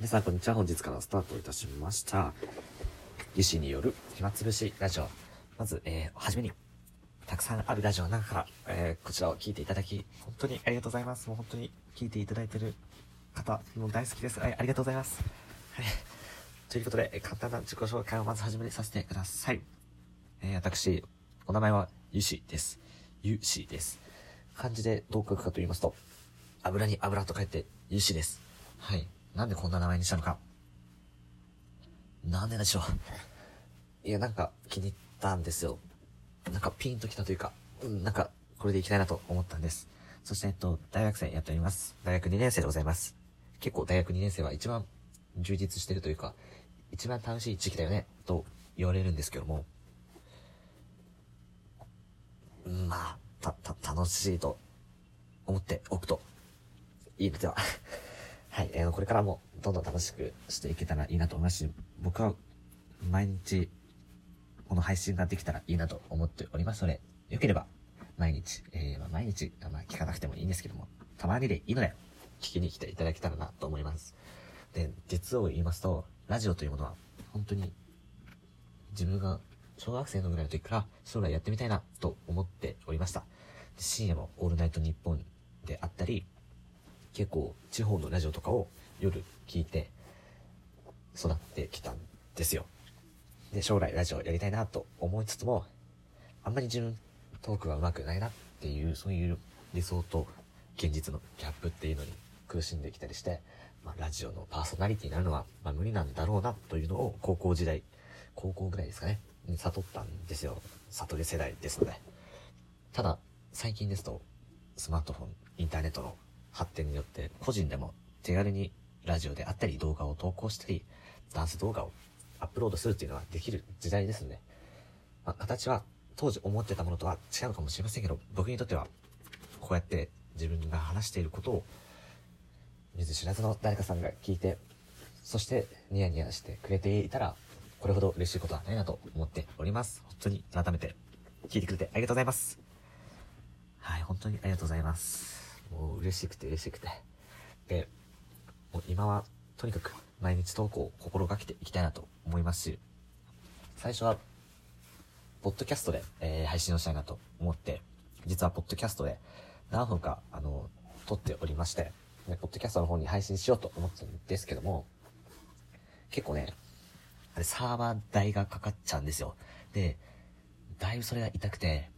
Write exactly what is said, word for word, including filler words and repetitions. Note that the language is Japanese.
皆さんこんにちは。本日からスタートいたしました。ゆしによる暇つぶしラジオ。まず、えー、はじめに、たくさんあるラジオの中から、えー、こちらを聞いていただき、本当にありがとうございます。もう本当に聞いていただいている方、もう大好きです。はい、ありがとうございます。はい。ということで、簡単な自己紹介をまず始めさせてください。えー、私、お名前はゆしです。ゆしです。漢字でどう書くかと言いますと、油に油と書いてゆしです。はい。なんでこんな名前にしたのか。なんででしょう。いや、なんか気に入ったんですよ。なんかピンときたというか、うん、なんかこれでいきたいなと思ったんです。そして、えっと、大学生やっております。大学にねん生でございます。結構大学にねん生は一番充実してるというか、一番楽しい時期だよね、と言われるんですけども、うん、まあ、た、た、楽しいと思っておくといいのでは。はい、えー、これからもどんどん楽しくしていけたらいいなと思いますし、僕は毎日この配信ができたらいいなと思っておりますので、よければ毎日、えー、まあ、毎日、まあ、聞かなくてもいいんですけども、たまにでいいので聞きに来ていただけたらなと思います。で、実を言いますと、ラジオというものは本当に自分が小学生のぐらいの時から将来やってみたいなと思っておりました。深夜もオールナイトニッポンであったり、結構地方のラジオとかを夜聞いて育ってきたんですよ。で、将来ラジオやりたいなと思いつつも、あんまり自分トークが上手くないなっていう、そういう理想と現実のギャップっていうのに苦しんできたりして、まあ、ラジオのパーソナリティになるのは、まあ、無理なんだろうなというのを高校時代、高校ぐらいですかね、に悟ったんですよ。悟り世代ですので。ただ、最近ですと、スマートフォン、インターネットの発展によって個人でも手軽にラジオであったり動画を投稿したり、ダンス動画をアップロードするっていうのはできる時代ですので、まあ、形は当時思ってたものとは違うかもしれませんけど、僕にとってはこうやって自分が話していることを見ず知らずの誰かさんが聞いて、そしてニヤニヤしてくれていたら、これほど嬉しいことはないなと思っております。本当に改めて聞いてくれてありがとうございます。はい、本当にありがとうございます。もう嬉しくて嬉しくて。で、もう今はとにかく毎日投稿を心がけていきたいなと思いますし、最初はポッドキャストで、えー、配信をしたいなと思って、実はポッドキャストで何分かあの撮っておりまして、ね、ポッドキャストの方に配信しようと思ったんですけども、結構ね、あれサーバー代がかかっちゃうんですよ。で、だいぶそれが痛くて、